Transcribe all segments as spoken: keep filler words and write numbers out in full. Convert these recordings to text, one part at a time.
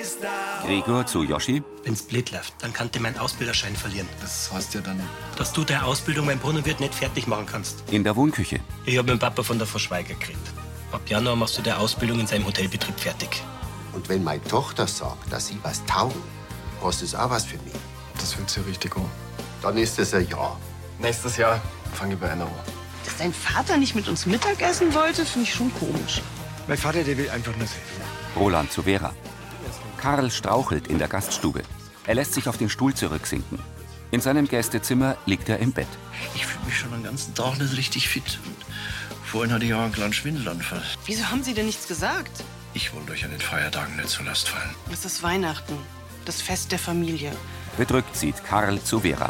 Gregor zu Joschi. Wenn's blöd läuft, dann kann ich meinen Ausbilderschein verlieren. Das heißt ja dann, dass du deine Ausbildung beim Brunnenwirt nicht fertig machen kannst. In der Wohnküche. Ich hab mit dem Papa von der Frau Schweiger geredet. Ab Januar machst du deine Ausbildung in seinem Hotelbetrieb fertig. Und wenn meine Tochter sagt, dass sie was taugen, hast du auch was für mich. das hört sich richtig an. Dann ist es ein Ja. Nächstes Jahr fange ich bei einer an. Dass dein Vater nicht mit uns Mittagessen wollte, finde ich schon komisch. Mein Vater, der will einfach nur helfen. Roland zu Vera. Karl strauchelt in der Gaststube. Er lässt sich auf den Stuhl zurücksinken. In seinem Gästezimmer liegt er im Bett. Ich fühle mich schon den ganzen Tag nicht richtig fit. Und vorhin hatte ich auch einen kleinen Schwindelanfall. Wieso haben Sie denn nichts gesagt? Ich wollte euch an den Feiertagen nicht zur Last fallen. Es ist Weihnachten, das Fest der Familie. Bedrückt sieht Karl zu Vera.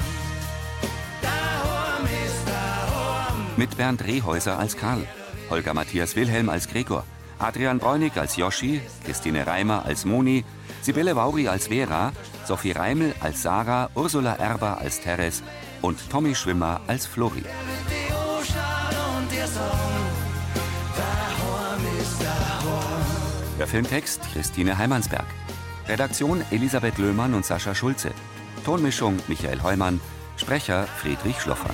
Mit Bernd Rehäuser als Karl, Holger Matthias Wilhelm als Gregor, Adrian Bräunig als Joschi, Christine Reimer als Moni, Sibylle Vauri als Vera, Sophie Reimel als Sarah, Ursula Erber als Teres und Tommy Schwimmer als Flori. Der Filmtext Christine Heimansberg. Redaktion Elisabeth Löhmann und Sascha Schulze. Tonmischung Michael Heumann. Sprecher Friedrich Schloffer.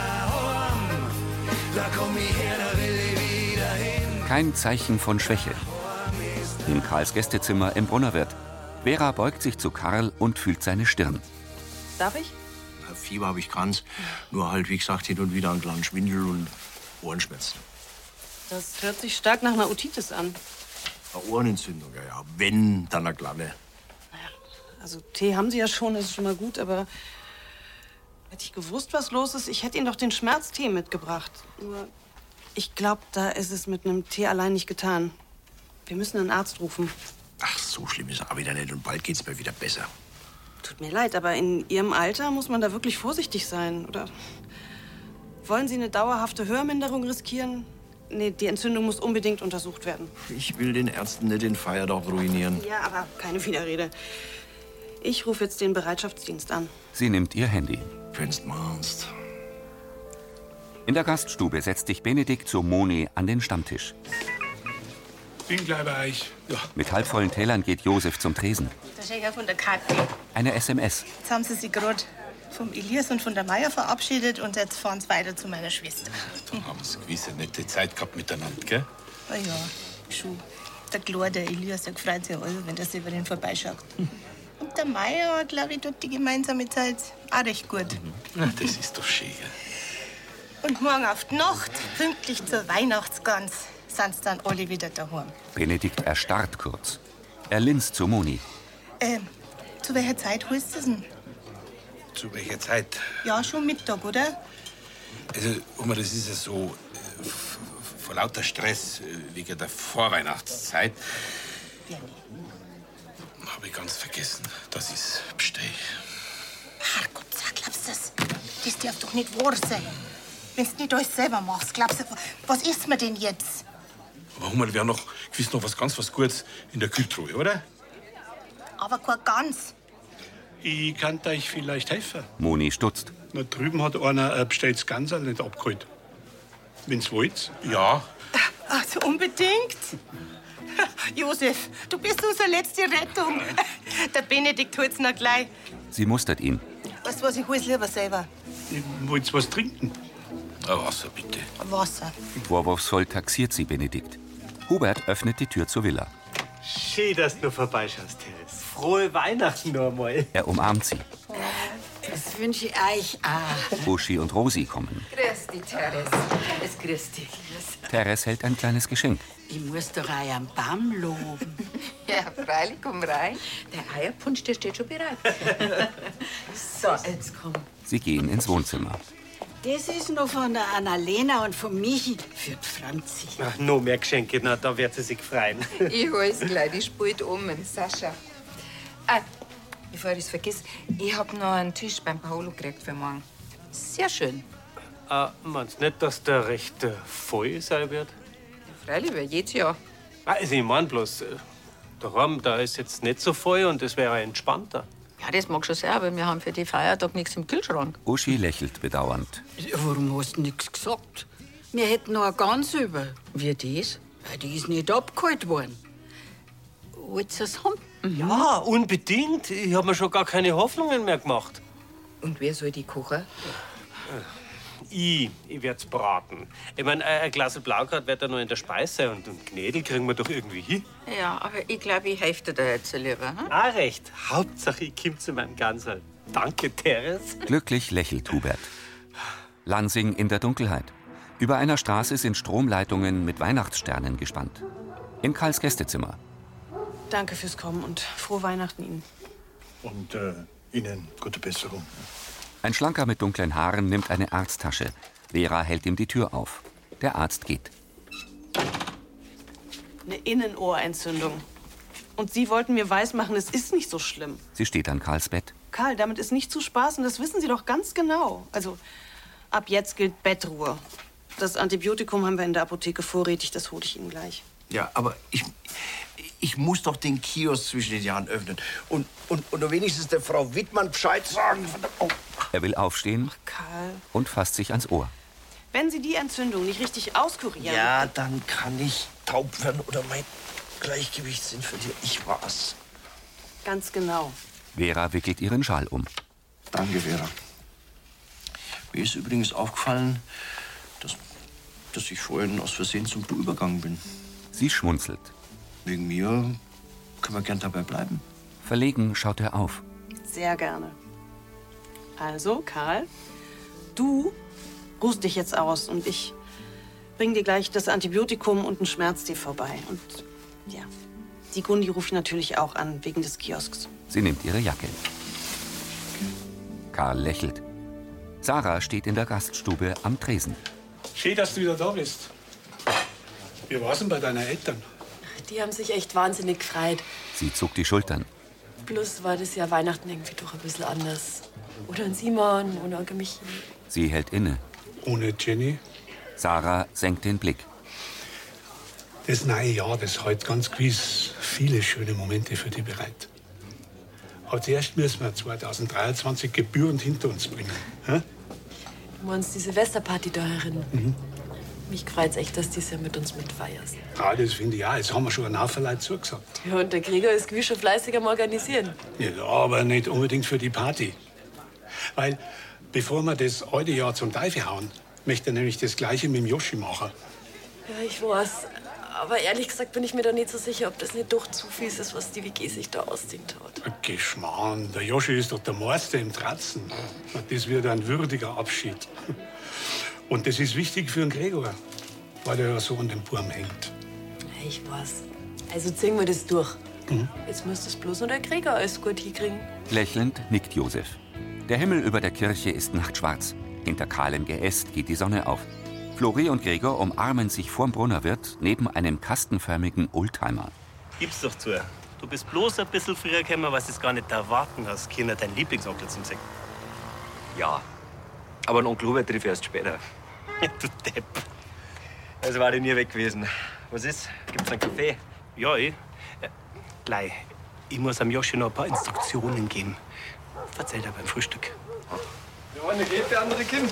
Kein Zeichen von Schwäche. In Karls Gästezimmer im Brunnerwirt. Vera beugt sich zu Karl und fühlt seine Stirn. Darf ich? Fieber habe ich keins. Nur halt, wie gesagt, hin und wieder einen kleinen Schwindel und Ohrenschmerzen. Das hört sich stark nach einer Otitis an. Eine Ohrenentzündung, ja, ja. Wenn, dann eine kleine. Also Tee haben Sie ja schon, das ist schon mal gut, aber hätte ich gewusst, was los ist, ich hätte Ihnen doch den Schmerztee mitgebracht. Nur, ich glaube, da ist es mit einem Tee allein nicht getan. Wir müssen einen Arzt rufen. Ach, so schlimm ist es auch wieder nicht und bald geht's mir wieder besser. Tut mir leid, aber in Ihrem Alter muss man da wirklich vorsichtig sein, oder? Wollen Sie eine dauerhafte Hörminderung riskieren? Nee, die Entzündung muss unbedingt untersucht werden. Ich will den Ärzten nicht den Feiertag ruinieren. Ja, aber keine Widerrede. Ich rufe jetzt den Bereitschaftsdienst an. Sie nimmt ihr Handy. Wenn's meinst. In der Gaststube setzt sich Benedikt zu Moni an den Stammtisch. Bin gleich bei euch. Ja. Mit halbvollen Tellern geht Josef zum Tresen. Der Schäger von der Kathi. Eine S M S. Jetzt haben sie sich gerade vom Elias und von der Meier verabschiedet und jetzt fahren sie weiter zu meiner Schwester. Da haben sie gewiss eine nette Zeit gehabt miteinander, gell? Ah ja, schon. Der Klar, der Elias, der freut sich alle, wenn der Severin vorbeischaut. Und der Meier, glaube ich, tut die gemeinsame Zeit auch recht gut. Mhm. Das ist doch schön. Und morgen auf die Nacht, pünktlich zur Weihnachtsgans, sind sie dann alle wieder daheim. Benedikt erstarrt kurz. Er linst zu Moni. Ähm, zu welcher Zeit holst du es denn? Zu welcher Zeit? Ja, schon Mittag, oder? Also, Oma, das ist ja so, äh, f- vor lauter Stress äh, wegen der Vorweihnachtszeit. Habe ich ganz vergessen, dass ich's bestell. Herrgott, sag, glaubst du das? Das darf doch nicht wahr sein. Wenn du nicht alles selber machst, glaubst du, was isst man denn jetzt? Aber Oma, wir haben noch gewiss noch was ganz was Gutes in der Kühltruhe, oder? Aber kein Gans. Ich kann euch vielleicht helfen. Moni stutzt. Da drüben hat einer ein bestelltes Gansal nicht abgeholt. Wenn's wollt. Ja. Also unbedingt. Josef, du bist unsere letzte Rettung. Der Benedikt holt's noch gleich. Sie mustert ihn. Weißt du was, ich hol's lieber selber. Ich wollt was trinken. Ein Wasser, bitte. Wasser. Vorwurfsvoll taxiert sie Benedikt. Hubert öffnet die Tür zur Villa. Schön, dass du vorbeischaust, Teres. Frohe Weihnachten noch einmal. Er umarmt sie. Das wünsche ich euch auch. Uschi und Rosi kommen. Grüß dich, Teres. Es grüß dich. Teres hält ein kleines Geschenk. Ich muss doch euren Baum loben. Ja, freilich, komm rein. Der Eierpunsch, der steht schon bereit. So, jetzt komm. Sie gehen ins Wohnzimmer. Das ist noch von der Annalena und von Michi für die Franzi. Ach, noch mehr Geschenke, na, da wird sie sich freuen. Ich hol's gleich, die spielt um, Sascha. Ah, bevor ich es vergiss, ich hab noch einen Tisch beim Paolo gekriegt für morgen. Sehr schön. Ah, meinst du nicht, dass der recht äh, voll sein wird? Freilich, wie jedes Jahr. Also, ich mein bloß, äh, daheim, da ist jetzt nicht so voll und das wäre entspannter. Ja, das mag schon sein, aber wir haben für die Feiertag nichts im Kühlschrank. Uschi lächelt bedauernd. Ja, warum hast du nichts gesagt? Wir hätten noch eine Gans über. Wie das? Ja, die ist nicht abgeholt worden. Wollt ihr es haben? Ja, unbedingt. Ich habe mir schon gar keine Hoffnungen mehr gemacht. Und wer soll die kochen? Ich, ich werd's braten. Ich mein, ein Glas Blaugart wird da noch in der Speise und, und Knädel kriegen wir doch irgendwie hin. Ja, aber ich glaube, ich helfe dir da jetzt lieber. Hm? Ah, recht. Hauptsache, ich komm zu meinem Gansal. Danke, Teres. Glücklich lächelt Hubert. Lansing in der Dunkelheit. Über einer Straße sind Stromleitungen mit Weihnachtssternen gespannt. In Karls Gästezimmer. Danke fürs Kommen und frohe Weihnachten Ihnen. Und äh, Ihnen gute Besserung. Ein Schlanker mit dunklen Haaren nimmt eine Arzttasche. Vera hält ihm die Tür auf. Der Arzt geht. Eine Innenohrentzündung. Und Sie wollten mir weismachen, es ist nicht so schlimm. Sie steht an Karls Bett. Karl, damit ist nicht zu spaßen, das wissen Sie doch ganz genau. Also, ab jetzt gilt Bettruhe. Das Antibiotikum haben wir in der Apotheke vorrätig, das hole ich Ihnen gleich. Ja, aber ich, ich muss doch den Kiosk zwischen den Jahren öffnen. Und, und, und wenigstens der Frau Wittmann Bescheid sagen. Oh. Er will aufstehen Karl, und fasst sich ans Ohr. wenn Sie die Entzündung nicht richtig auskurieren... Ja, dann kann ich taub werden oder mein Gleichgewichtssinn verlieren. Ich war's. Ganz genau. Vera wickelt ihren Schal um. Danke, Vera. Mir ist übrigens aufgefallen, dass, dass ich vorhin aus Versehen zum Du übergegangen bin. Sie schmunzelt. Wegen mir können wir gern dabei bleiben. Verlegen schaut er auf. Sehr gerne. Also, Karl, du ruhst dich jetzt aus und ich bring dir gleich das Antibiotikum und einen Schmerztee vorbei. Und ja, die Gundi rufe ich natürlich auch an, wegen des Kiosks. Sie nimmt ihre Jacke. Karl lächelt. Sarah steht in der Gaststube am Tresen. Schön, dass du wieder da bist. Wie war's denn bei deinen Eltern? Die haben sich echt wahnsinnig gefreut. Sie zuckt die Schultern. Bloß war das Jahr Weihnachten irgendwie doch ein bisschen anders. Oder ein Simon, oder ein Michi. Sie hält inne. Ohne Jenny? Sarah senkt den Blick. Das neue Jahr, das hält ganz gewiss viele schöne Momente für dich bereit. Aber zuerst müssen wir zweitausenddreiundzwanzig gebührend hinter uns bringen. Hä? Du meinst die Silvesterparty da herin? Mhm. Mich freut's echt, dass du ja mit uns mitfeierst. Ja, das finde ich auch. Jetzt haben wir schon einen Haufen Leute zugesagt. Ja, und der Gregor ist gewiss schon fleißig am Organisieren. Ja, aber nicht unbedingt für die Party. Weil, bevor wir das alte Jahr zum Teufel hauen, möchte er nämlich das Gleiche mit dem Joschi machen. Ja, ich weiß. Aber ehrlich gesagt bin ich mir da nicht so sicher, ob das nicht doch zu viel ist, was die W G sich da ausdenkt hat. Geschmarrn, der Joschi ist doch der Meister im Tratzen. Das wird ein würdiger Abschied. Und das ist wichtig für den Gregor, weil der ja so an dem Burm hängt. Ich weiß. Also ziehen wir das durch. Mhm. Jetzt muss das bloß nur der Gregor alles gut hinkriegen. Lächelnd nickt Josef. Der Himmel über der Kirche ist nachtschwarz. Hinter kahlem Geäst geht die Sonne auf. Flori und Gregor umarmen sich vorm Brunnerwirt neben einem kastenförmigen Oldtimer. Gib's doch zu. Du bist bloß ein bisschen früher gekommen, weil du es gar nicht erwarten hast, Kinder, dein Lieblingsonkel zum sehen. Ja, aber einen Onkel Hubert triff ich erst später. Du Depp. Also war ich nie weg gewesen. Was ist? Gibt's einen Kaffee? Ja, ich. Äh, gleich. Ich muss am Joschi noch ein paar Instruktionen geben. Verzählt er beim Frühstück. Der eine geht, der andere kommt.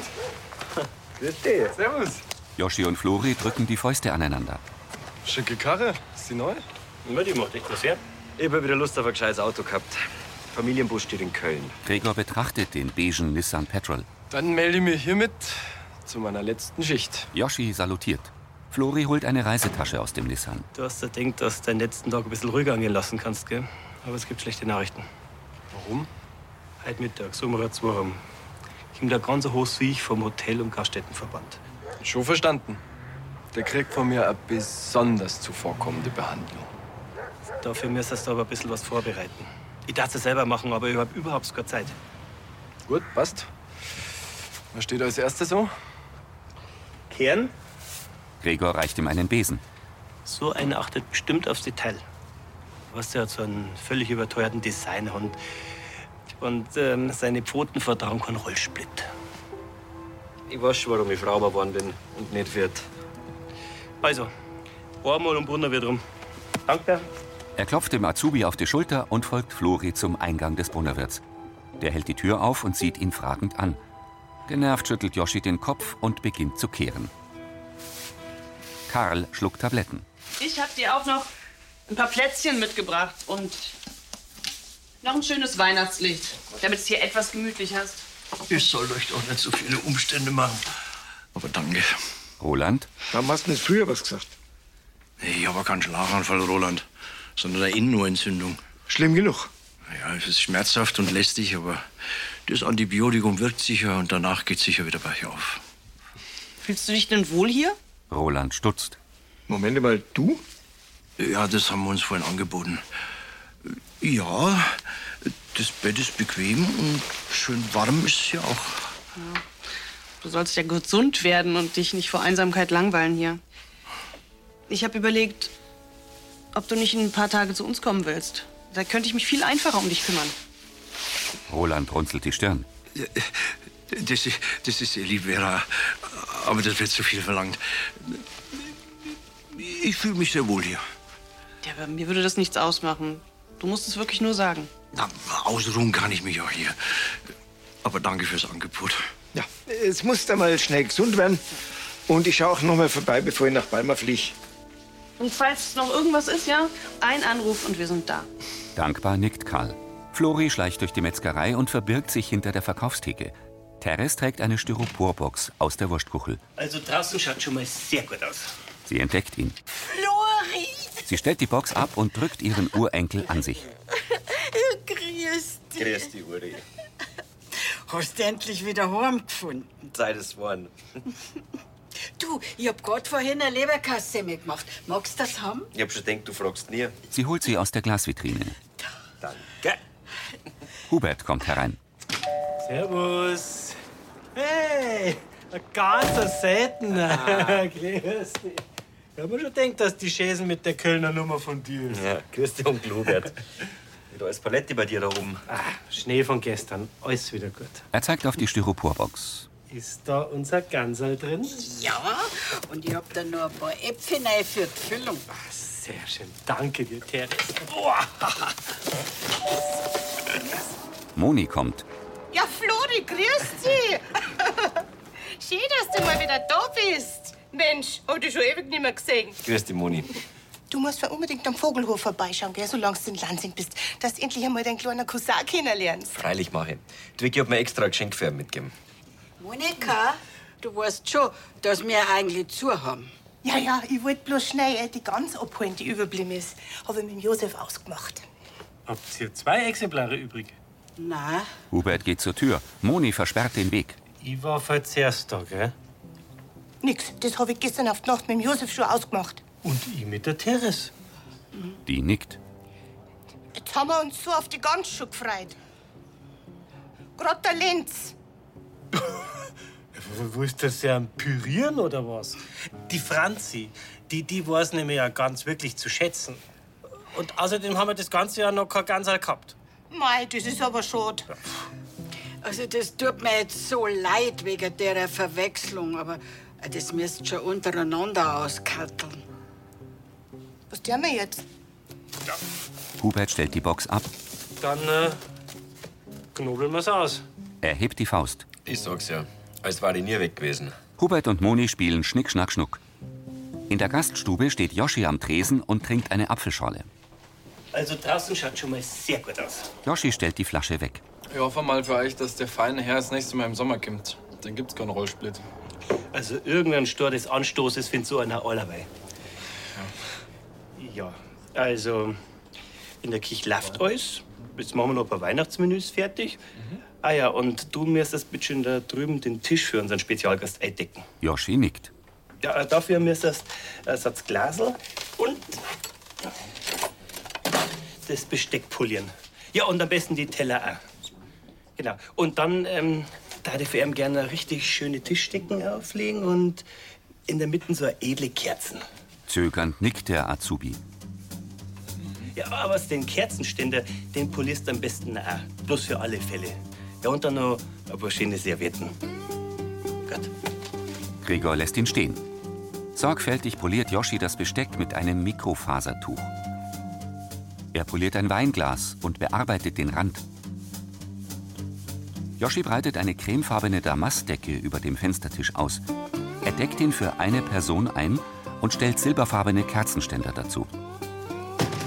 Grüß dich. Servus. Joschi und Flori drücken die Fäuste aneinander. Schicke Karre. Ist die neu? Ja, die macht echt was her. Ich hab wieder Lust auf ein gescheites Auto gehabt. Familienbus steht in Köln. Gregor betrachtet den beigen Nissan Petrol. Dann melde ich mich hiermit zu meiner letzten Schicht. Joschi salutiert. Flori holt eine Reisetasche aus dem Nissan. Du hast ja gedacht, dass du deinen letzten Tag ein bisschen ruhiger angehen lassen kannst, gell? Aber es gibt schlechte Nachrichten. Warum? Heute Mittag, so um zwei rum, kommt ein ganz hohes Viech vom Hotel- und Gaststättenverband. Schon verstanden. Der kriegt von mir eine besonders zuvorkommende Behandlung. Dafür müsstest du aber ein bisschen was vorbereiten. Ich darf es selber machen, aber ich habe überhaupt keine Zeit. Gut, passt. Was steht als erstes so? Kern? Gregor reicht ihm einen Besen. So einer achtet bestimmt aufs Detail. Was der hat so einen völlig überteuerten Designerhund. Und ähm, seine Pfoten vertrauen keinen Rollsplit. Ich weiß schon, warum ich Schrauber geworden bin und nicht Wirt. Also, einmal um Brunner wird rum. Danke. Er klopft dem Azubi auf die Schulter und folgt Flori zum Eingang des Brunnerwirts. Der hält die Tür auf und sieht ihn fragend an. Genervt schüttelt Joschi den Kopf und beginnt zu kehren. Karl schluckt Tabletten. Ich hab dir auch noch ein paar Plätzchen mitgebracht und noch ein schönes Weihnachtslicht, damit es hier etwas gemütlich hast. Ich soll euch doch nicht so viele Umstände machen. Aber danke. Roland? Warum hast du nicht früher was gesagt? Nee, ich habe keinen Schlaganfall, Roland, sondern eine Innenohrentzündung. Schlimm genug. Ja, es ist schmerzhaft und lästig, aber das Antibiotikum wirkt sicher und danach geht's sicher wieder bergauf. Fühlst du dich denn wohl hier? Roland stutzt. Moment mal, du? Ja, das haben wir uns vorhin angeboten. Ja, das Bett ist bequem und schön warm ist es ja auch. Ja. Du sollst ja gesund werden und dich nicht vor Einsamkeit langweilen hier. Ich habe überlegt, ob du nicht in ein paar Tage zu uns kommen willst. Da könnte ich mich viel einfacher um dich kümmern. Roland runzelt die Stirn. Das, ist- das ist sehr lieb, Vera. Aber das wird zu viel verlangt. Ich fühle mich sehr wohl hier. Ja, aber mir würde das nichts ausmachen. Du musst es wirklich nur sagen. Na, ausruhen kann ich mich auch hier. Aber danke fürs Angebot. Ja, es muss da mal schnell gesund werden. Und ich schaue auch noch mal vorbei, bevor ich nach Palma fliege. Und falls noch irgendwas ist, ja, ein Anruf und wir sind da. Dankbar nickt Karl. Flori schleicht durch die Metzgerei und verbirgt sich hinter der Verkaufstheke. Teres trägt eine Styroporbox aus der Wurstkuchel. Also draußen schaut schon mal sehr gut aus. Sie entdeckt ihn. Flori! Sie stellt die Box ab und drückt ihren Urenkel an sich. Grüß dich. Grüß dich, Uri. Hast du endlich wieder heimgefunden? Zeit ist worden. Du, ich hab grad vorhin eine Leberkassemme gemacht. Magst du das haben? Ich hab schon gedacht, du fragst nie. Sie holt sie aus der Glasvitrine. Danke. Hubert kommt herein. Servus. Hey, ein ganzer seltener. Ah. Grüß dich. Ich hab mir schon gedacht, dass die Schäsen mit der Kölner Nummer von dir ist. Ja, grüß dich, Onkel Hubert. Wie da ist Paletti bei dir da oben? Ah, Schnee von gestern, alles wieder gut. Er zeigt auf die Styroporbox. Ist da unser Ganserl drin? Ja, und ich hab da noch ein paar Äpfel rein für die Füllung. Sehr schön, danke dir, Teres. Moni kommt. Ja, Flori, grüß dich. Schön, dass du mal wieder da bist. Mensch, hab dich schon ewig nicht mehr gesehen. Grüß dich, Moni. Du musst mir unbedingt am Vogelhof vorbeischauen, gell, solange du in Lansing bist, dass du endlich einmal deinen kleinen Cousin kennenlernst. Freilich mache ich. Die Vicky hat mir extra ein Geschenk für ihn mitgegeben. Monika, du weißt schon, dass wir eigentlich zu haben. Ja, ja, ich wollte bloß schnell äh, die Gans abholen, die überblieben ist. Habe ich mit dem Josef ausgemacht. Habt ihr zwei Exemplare übrig? Nein. Hubert geht zur Tür. Moni versperrt den Weg. Ich war für zuerst da, gell? Nix, das habe ich gestern auf die Nacht mit dem Josef schon ausgemacht. Und ich mit der Teres. Die nickt. Jetzt haben wir uns so auf die Gans schon gefreut. Gerade der Lenz. Willst du das ja pürieren oder was? Die Franzi, die, die weiß nämlich ja ganz wirklich zu schätzen. Und außerdem haben wir das ganze Jahr noch kein Ganserl gehabt. Mei, das ist aber schade. Also das tut mir jetzt so leid wegen der Verwechslung, aber das müsst ihr schon untereinander auskarteln. Was tun wir jetzt? Hubert stellt die Box ab. Dann äh, knobeln wir's aus. Er hebt die Faust. Ich sag's ja. Als war ich nie weg gewesen. Hubert und Moni spielen Schnick, Schnack, Schnuck. In der Gaststube steht Joschi am Tresen und trinkt eine Apfelschorle. Also draußen schaut schon mal sehr gut aus. Joschi stellt die Flasche weg. Ich hoffe mal für euch, dass der feine Herr das nächste Mal im Sommer kommt. Dann gibt's keinen Rollsplit. Also irgendein Stor des Anstoßes findet so einer allerweil. Ja, also in der Küche läuft alles. Jetzt machen wir noch ein paar Weihnachtsmenüs fertig. Mhm. Ah ja, und du müsstest bitte schön da drüben den Tisch für unseren Spezialgast eindecken. Joschi nickt. Ja, dafür müsstest du einen Satz Glasel und das Besteck polieren. Ja, und am besten die Teller auch. Genau. Und dann ähm, da ich für ihn gerne eine richtig schöne Tischdecken auflegen und in der Mitte so eine edle Kerzen. Zögernd nickt der Azubi. Ja, aber den Kerzenständer, den polierst du am besten auch. Bloß für alle Fälle. Ja, und dann noch ein paar schöne Servietten. Gut. Gregor lässt ihn stehen. Sorgfältig poliert Joschi das Besteck mit einem Mikrofasertuch. Er poliert ein Weinglas und bearbeitet den Rand. Joschi breitet eine cremefarbene Damastdecke über dem Fenstertisch aus. Er deckt ihn für eine Person ein und stellt silberfarbene Kerzenständer dazu.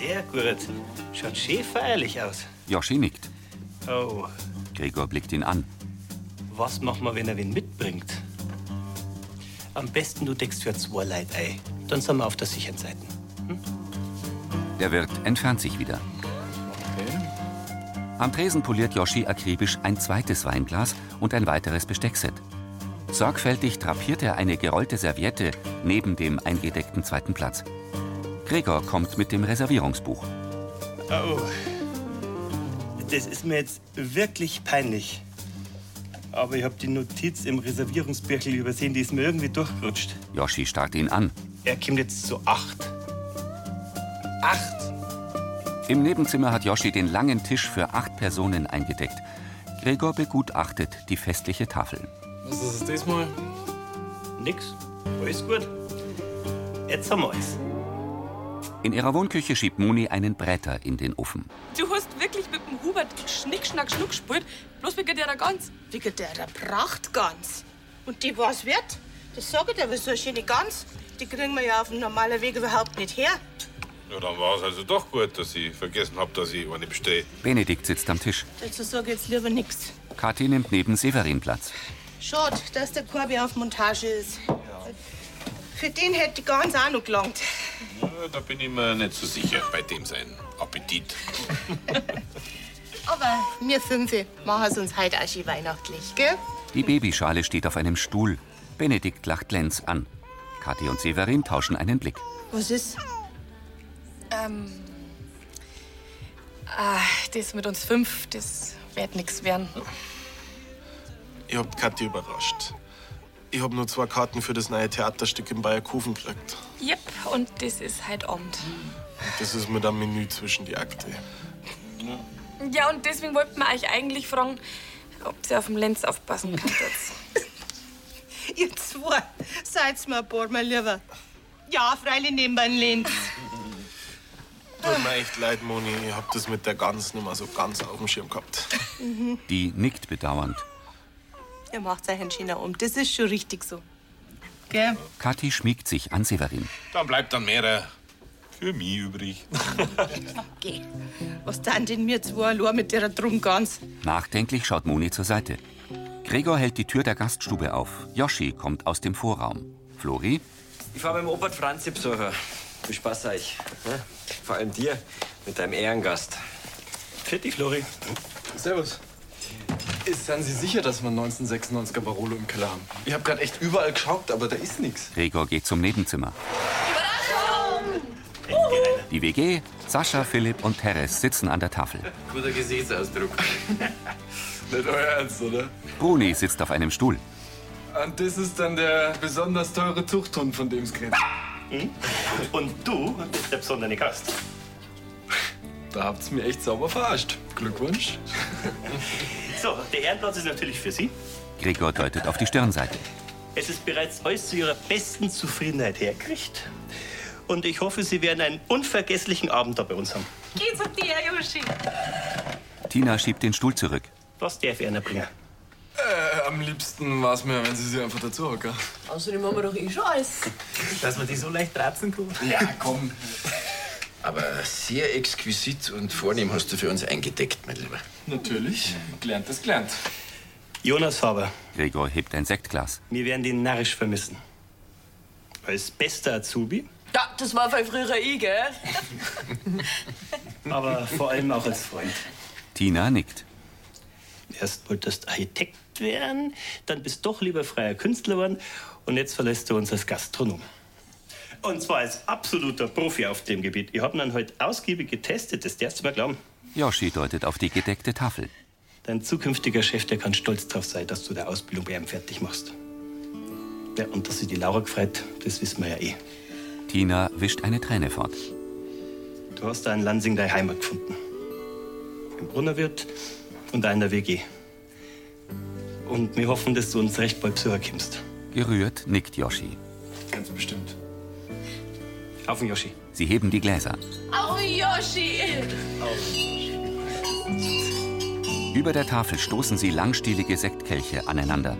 Sehr gut. Schaut schön feierlich aus. Joschi nickt. Oh. Gregor blickt ihn an. Was machen wir, wenn er wen mitbringt? Am besten du deckst für zwei Leute ein. Dann sind wir auf der sicheren Seite. Hm? Der Wirt entfernt sich wieder. Okay. Am Tresen poliert Joschi akribisch ein zweites Weinglas und ein weiteres Besteckset. Sorgfältig drapiert er eine gerollte Serviette neben dem eingedeckten zweiten Platz. Gregor kommt mit dem Reservierungsbuch. Oh. Das ist mir jetzt wirklich peinlich. Aber ich habe die Notiz im Reservierungsbüchel übersehen, die ist mir irgendwie durchgerutscht. Joschi starrt ihn an. Er kommt jetzt zu acht. Acht? Im Nebenzimmer hat Joschi den langen Tisch für acht Personen eingedeckt. Gregor begutachtet die festliche Tafel. Was ist es diesmal? Nix. Alles gut. Jetzt haben wir alles. In ihrer Wohnküche schiebt Moni einen Bräter in den Ofen. Du hast wirklich mit dem Hubert Schnick, Schnack, Schnuck gespielt, bloß wegen der Gans. Wegen der Prachtgans. Und die war's wert? Das sag ich dir, aber so eine schöne Gans, die kriegen wir ja auf dem normalen Weg überhaupt nicht her. Ja, dann war es also doch gut, dass ich vergessen habe, dass ich eine bestehe. Benedikt sitzt am Tisch. Dazu sag ich jetzt lieber nichts. Kathi nimmt neben Severin Platz. Schade, dass der Korbi auf Montage ist. Für den hätte die Gans auch noch gelangt. Ja, da bin ich mir nicht so sicher bei dem sein Appetit. Aber wir Fünfe machen es uns heute auch schön weihnachtlich, gell? Die Babyschale steht auf einem Stuhl. Benedikt lacht Lenz an. Kathi und Severin tauschen einen Blick. Was ist? Ähm. Ah, das mit uns fünf, das wird nix werden. Ich hab Kathi überrascht. Ich hab nur zwei Karten für das neue Theaterstück in Bayerkofen gekriegt. Yep, und das ist heute Abend. Das ist mit einem Menü zwischen die Akte. Ja, und deswegen wollten wir euch eigentlich fragen, ob ihr auf den Lenz aufpassen könntet. Ihr zwei, seid's mir ein paar Mal lieber. Ja, freilich nehmen wir einen Lenz. Tut mir echt leid, Moni. Ich hab das mit der Gans nicht mehr so ganz auf dem Schirm gehabt. Mhm. Die nickt bedauernd. Ihr macht euch einen schönen um. Das ist schon richtig so. Gell? Kathi schmiegt sich an Severin. Dann bleibt dann mehr für mich übrig. Geh. Was dann denn mir zwei allein mit der Drumgans? Nachdenklich schaut Moni zur Seite. Gregor hält die Tür der Gaststube auf. Joschi kommt aus dem Vorraum. Flori? Ich fahr beim Opa Franzi besuchen. Viel Spaß euch. Ja? Vor allem dir mit deinem Ehrengast. Für dich, Flori. Servus. Ist, sind Sie sicher, dass wir neunzehnhundertsechsundneunziger Barolo im Keller haben? Ich habe gerade echt überall geschaut, aber da ist nichts. Gregor geht zum Nebenzimmer. Die W G, Sascha, Philipp und Teres sitzen an der Tafel. Guter Gesichtsausdruck. Nicht euer Ernst, oder? Bruni sitzt auf einem Stuhl. Und das ist dann der besonders teure Zuchthund, von dem es geht. Hm? Und du bist der besondere Gast. Da habt's mir echt sauber verarscht. Glückwunsch. So, der Ehrenplatz ist natürlich für Sie. Gregor deutet auf die Stirnseite. Es ist bereits alles zu Ihrer besten Zufriedenheit hergerichtet. Und ich hoffe, Sie werden einen unvergesslichen Abend da bei uns haben. Geh zu dir, Joschi. Tina schiebt den Stuhl zurück. Was darf ich einer bringen? Äh, am liebsten war's mir, wenn Sie sich einfach dazu hocken. Außerdem haben wir doch eh schon alles. Dass man die so leicht ratzen kann. Ja, komm. Aber sehr exquisit und vornehm hast du für uns eingedeckt, mein Lieber. Natürlich. Gelernt ist gelernt. Jonas Faber. Gregor hebt ein Sektglas. Wir werden den narrisch vermissen. Als bester Azubi, Ja, das war bei früher ich, gell? aber vor allem auch als Freund. Tina nickt. Erst wolltest Architekt werden, dann bist doch lieber freier Künstler geworden und jetzt verlässt du uns als Gastronom. Und zwar als absoluter Profi auf dem Gebiet. Ich habe ihn dann heute ausgiebig getestet, das darfst du mir glauben. Joschi deutet auf die gedeckte Tafel. Dein zukünftiger Chef, der kann stolz drauf sein, dass du die Ausbildung bei ihm fertig machst. Ja, und dass sie die Laura gefreut, das wissen wir ja eh. Tina wischt eine Träne fort. Du hast da in Lansing deine Heimat gefunden. Im Brunnerwirt und auch in der W G. Und wir hoffen, dass du uns recht bald besuchen Gerührt nickt Joschi. Ganz bestimmt. Auf den Joschi. Sie heben die Gläser. Au, Joschi! Über der Tafel stoßen sie langstielige Sektkelche aneinander.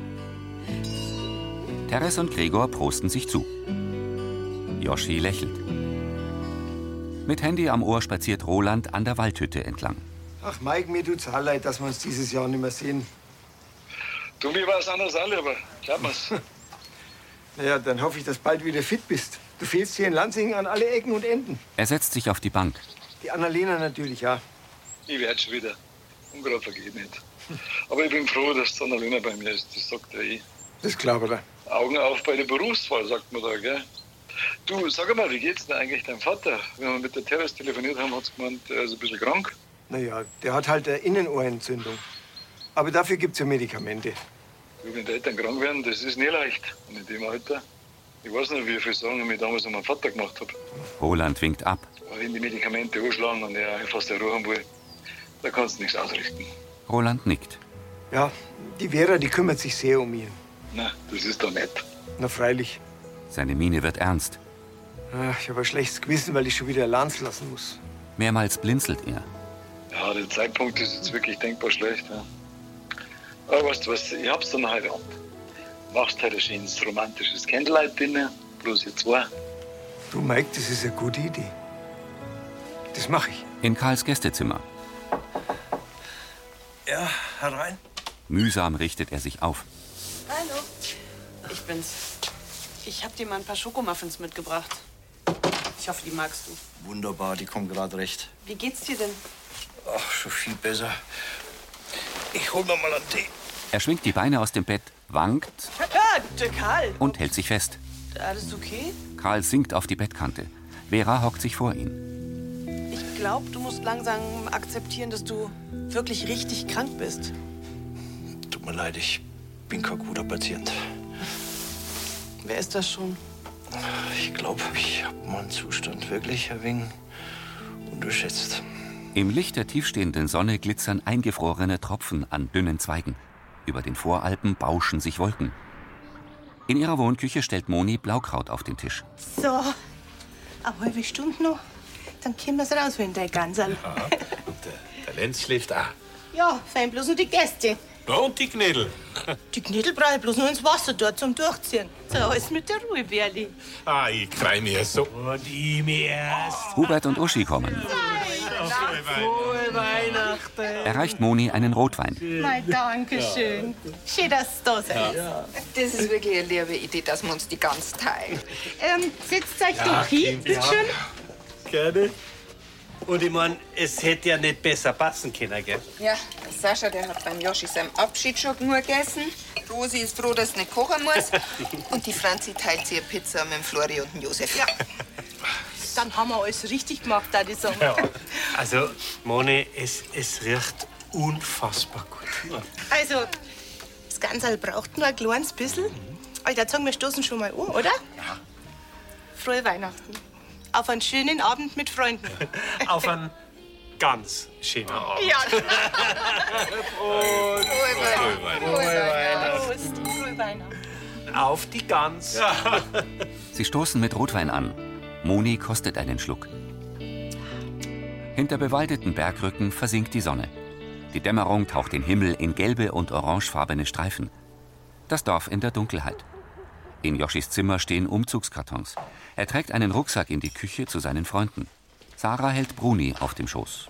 Teres und Gregor prosten sich zu. Joschi lächelt. Mit Handy am Ohr spaziert Roland an der Waldhütte entlang. Ach, Mike, mir tut's auch leid, dass wir uns dieses Jahr nicht mehr sehen. Du, mir war es anders auch lieber. Glaub mir's. Naja, dann hoffe ich, dass du bald wieder fit bist. Du fehlst hier in Lansing an alle Ecken und Enden. Er setzt sich auf die Bank. Die Annalena natürlich, ja. Ich werd schon wieder. Ungrad vergeht nicht. Aber ich bin froh, dass die Annalena bei mir ist. Das sagt er eh. Das glaube ich. Augen auf bei der Berufswahl, sagt man da, gell? Du, sag mal, wie geht's denn eigentlich deinem Vater? Wenn wir mit der Therese telefoniert haben, hat's gemeint, er ist ein bisschen krank. Naja, der hat halt eine Innenohrentzündung. Aber dafür gibt's ja Medikamente. Du, wenn die Eltern krank werden, das ist nie leicht. Und in dem Alter, ich weiß nicht, wie viele Sorgen ich mir damals um meinen Vater gemacht habe. Roland winkt ab. Aber wenn die Medikamente anschlagen und er einfach der Ruhe haben will, da kannst du nichts ausrichten. Roland nickt. Ja, die Vera, die kümmert sich sehr um ihn. Na, das ist doch nett. Na, freilich. Seine Miene wird ernst. Ach, ich habe ein schlechtes Gewissen, weil ich schon wieder Lanz lassen muss. Mehrmals blinzelt er. Ja, der Zeitpunkt ist jetzt wirklich denkbar schlecht. Ja. Aber weißt du was, ich hab's dann heute Abend. Machst halt ein schönes romantisches Candlelight-Dinner, bloß ihr zwei. Du, Mike, das ist eine gute Idee. Das mache ich. In Karls Gästezimmer. Ja, herein. Mühsam richtet er sich auf. Hallo. Ich bin's. Ich hab dir mal ein paar Schokomuffins mitgebracht. Ich hoffe, die magst du. Wunderbar, die kommen gerade recht. Wie geht's dir denn? Ach, schon viel besser. Ich hol mir mal einen Tee. Er schwingt die Beine aus dem Bett, wankt Ja, der Karl. und hält sich fest. Alles okay? Karl sinkt auf die Bettkante. Vera hockt sich vor ihn. Ich glaube, du musst langsam akzeptieren, dass du wirklich richtig krank bist. Tut mir leid, ich bin kein guter Patient. Wer ist das schon? Ich glaube, ich habe meinen Zustand wirklich ein wenig unterschätzt. Im Licht der tiefstehenden Sonne glitzern eingefrorene Tropfen an dünnen Zweigen. Über den Voralpen bauschen sich Wolken. In ihrer Wohnküche stellt Moni Blaukraut auf den Tisch. So, eine halbe Stunde noch, dann können wir's rausholen, der Gansal. Ja, und der, der Lenz schläft auch. Ja, fein bloß nur die Gäste. Ja, und die Knädel. Die Knädel brauche ich bloß nur ins Wasser dort zum Durchziehen. So, alles mit der Ruhe, Berli. Ah, ich freu mich ja so. Und ich mich erst. Hubert und Uschi kommen. Frohe Weihnachten. Erreicht Moni einen Rotwein. Mein danke schön. Schön, dass du da seid. Das ist wirklich eine liebe Idee, dass wir uns die ganz teilen. Ähm, setzt euch Ja, doch hin, Kind, ja. bitteschön. Gerne. Und ich mein, es hätte ja nicht besser passen können, gell? Ja, Sascha, der hat beim Joschi seinem Abschied schon nur gegessen. Rosi ist froh, dass sie nicht kochen muss. Und die Franzi teilt sich eine Pizza mit dem Flori und dem Josef. Ja. Dann haben wir alles richtig gemacht, da die sagen. Ja. Also, Moni, es, es riecht unfassbar gut. Also, das Gansal braucht nur ein kleines bisschen. Aber ich würde sagen, wir stoßen schon mal an, oder? Ja. Frohe Weihnachten. Auf einen schönen Abend mit Freunden. Auf einen ganz schönen Abend. Ja. Prost. Frohe Weihnachten. Prost. Frohe Weihnachten. Auf die Gans. Sie stoßen mit Rotwein an. Moni kostet einen Schluck. Hinter bewaldeten Bergrücken versinkt die Sonne. Die Dämmerung taucht den Himmel in gelbe und orangefarbene Streifen. Das Dorf in der Dunkelheit. In Joschis Zimmer stehen Umzugskartons. Er trägt einen Rucksack in die Küche zu seinen Freunden. Sarah hält Bruni auf dem Schoß.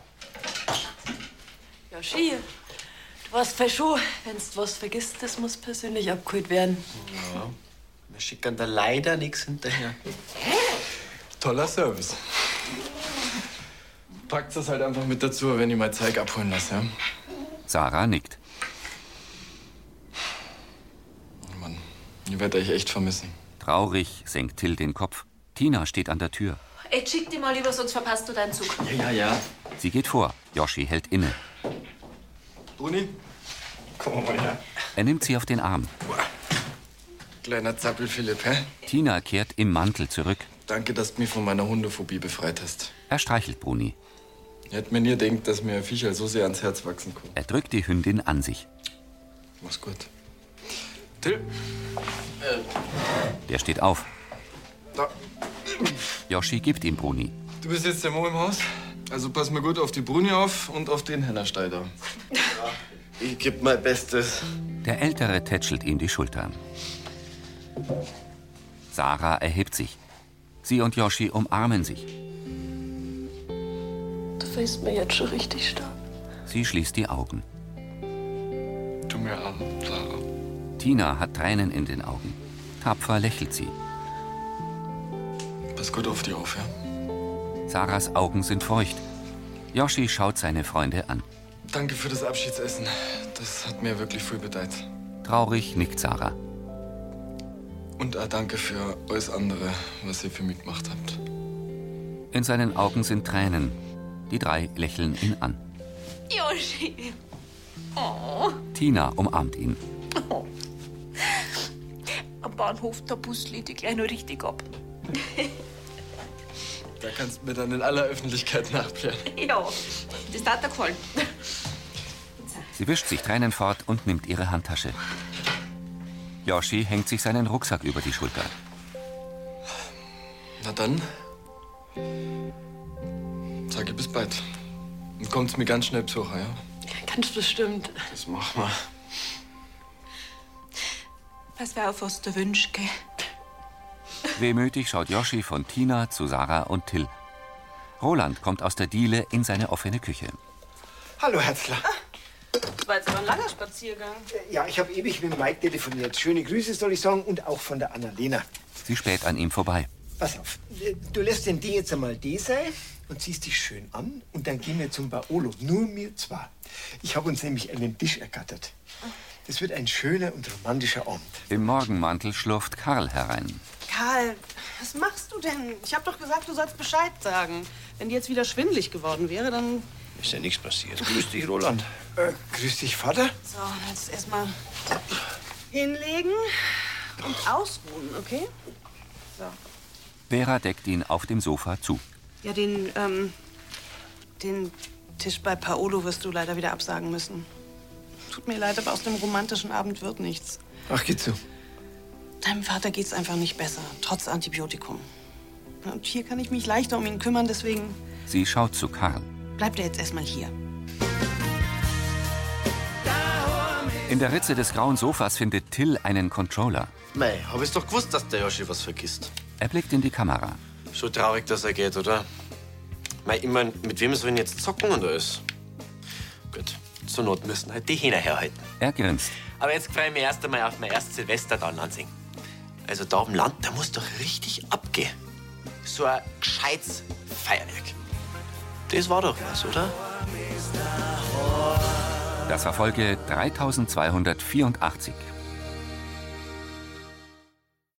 Joschi, du warst voll schon. Wenn du was vergisst, das muss persönlich abgeholt werden. Ja, wir schicken da leider nichts hinterher. Toller Service. Packt das halt einfach mit dazu, wenn ich mal Zeug abholen lasse, ja? Sarah nickt. Oh Mann, ich werde euch echt vermissen. Traurig senkt Till den Kopf. Tina steht an der Tür. Ey, schick die mal lieber, sonst verpasst du deinen Zug. Ja, ja. Sie geht vor. Joschi hält inne. Bruni, komm mal her. Er nimmt sie auf den Arm. Kleiner Zappel, Philipp, hä? Tina kehrt im Mantel zurück. Danke, dass du mich von meiner Hundephobie befreit hast. Er streichelt Bruni. Ich hätte mir nie gedacht, dass mir ein Viecherl so sehr ans Herz wachsen kann. Er drückt die Hündin an sich. Mach's gut. Till. Der steht auf. Da. Joschi gibt ihm Bruni. Du bist jetzt der Mo im Haus? Also pass mal gut auf die Bruni auf und auf den Hennerstall da. Ich geb mein Bestes. Der Ältere tätschelt ihm die Schultern. Sarah erhebt sich. Sie und Joschi umarmen sich. gefällt mir jetzt schon richtig stark. Sie schließt die Augen. Du mir auch, Sarah. Tina hat Tränen in den Augen. Tapfer lächelt sie. Pass gut auf dich auf, ja? Sarahs Augen sind feucht. Joschi schaut seine Freunde an. Danke für das Abschiedsessen. Das hat mir wirklich viel bedeutet. Traurig nickt Sarah. Und auch danke für alles andere, was ihr für mich gemacht habt. In seinen Augen sind Tränen. Die drei lächeln ihn an. Joschi. Oh. Tina umarmt ihn. Oh. Am Bahnhof, der Bus lädt dich gleich noch richtig ab. Da kannst du mir dann in aller Öffentlichkeit nachklären. Ja, das hat er gefallen. Sie wischt sich Tränen fort und nimmt ihre Handtasche. Joschi hängt sich seinen Rucksack über die Schulter. Na dann. Sag ich bis bald. Und kommt's mir ganz schnell besuchen, ja? Ganz bestimmt. Das machen wir. Was wäre auf was du wünschst, gell? Wehmütig schaut Joschi von Tina zu Sarah und Till. Roland kommt aus der Diele in seine offene Küche. Hallo, Herzler. Das war jetzt aber ein langer Spaziergang. Ja, ich habe ewig mit dem Mike telefoniert. Schöne Grüße soll ich sagen und auch von der Annalena. Sie späht an ihm vorbei. Pass auf, du lässt den D jetzt einmal D sein und ziehst dich schön an und dann gehen wir zum Paolo. Nur mir zwei. Ich habe uns nämlich einen Tisch ergattert. Das wird ein schöner und romantischer Abend. Im Morgenmantel schlurft Karl herein. Karl, was machst du denn? Ich hab doch gesagt, du sollst Bescheid sagen. Wenn dir jetzt wieder schwindelig geworden wäre, dann... Ist ja nichts passiert. Grüß dich, Roland. Äh, grüß dich, Vater. So, jetzt erstmal hinlegen und ausruhen, okay? So. Vera deckt ihn auf dem Sofa zu. Ja, den, ähm, den Tisch bei Paolo wirst du leider wieder absagen müssen. Tut mir leid, aber aus dem romantischen Abend wird nichts. Ach, geht so. Deinem Vater geht's einfach nicht besser, trotz Antibiotikum. Und hier kann ich mich leichter um ihn kümmern, deswegen Sie schaut zu Karl. bleibt er jetzt erstmal hier. In der Ritze des grauen Sofas findet Till einen Controller. Mei, hab ich's doch gewusst, dass der Joschi was vergisst. Er blickt in die Kamera. Schon traurig, dass er geht, oder? Mei, ich mein, mit wem soll ich jetzt zocken und alles? Gut, zur Not müssen halt die Hähner herhalten. Er grinst. Aber jetzt freue ich mich erst einmal auf mein erstes Silvester da in Lansing. Also da am Land, da muss doch richtig abgehen. So ein gescheites Feuerwerk. Das war doch was, oder? Das war Folge dreitausendzweihundertvierundachtzig.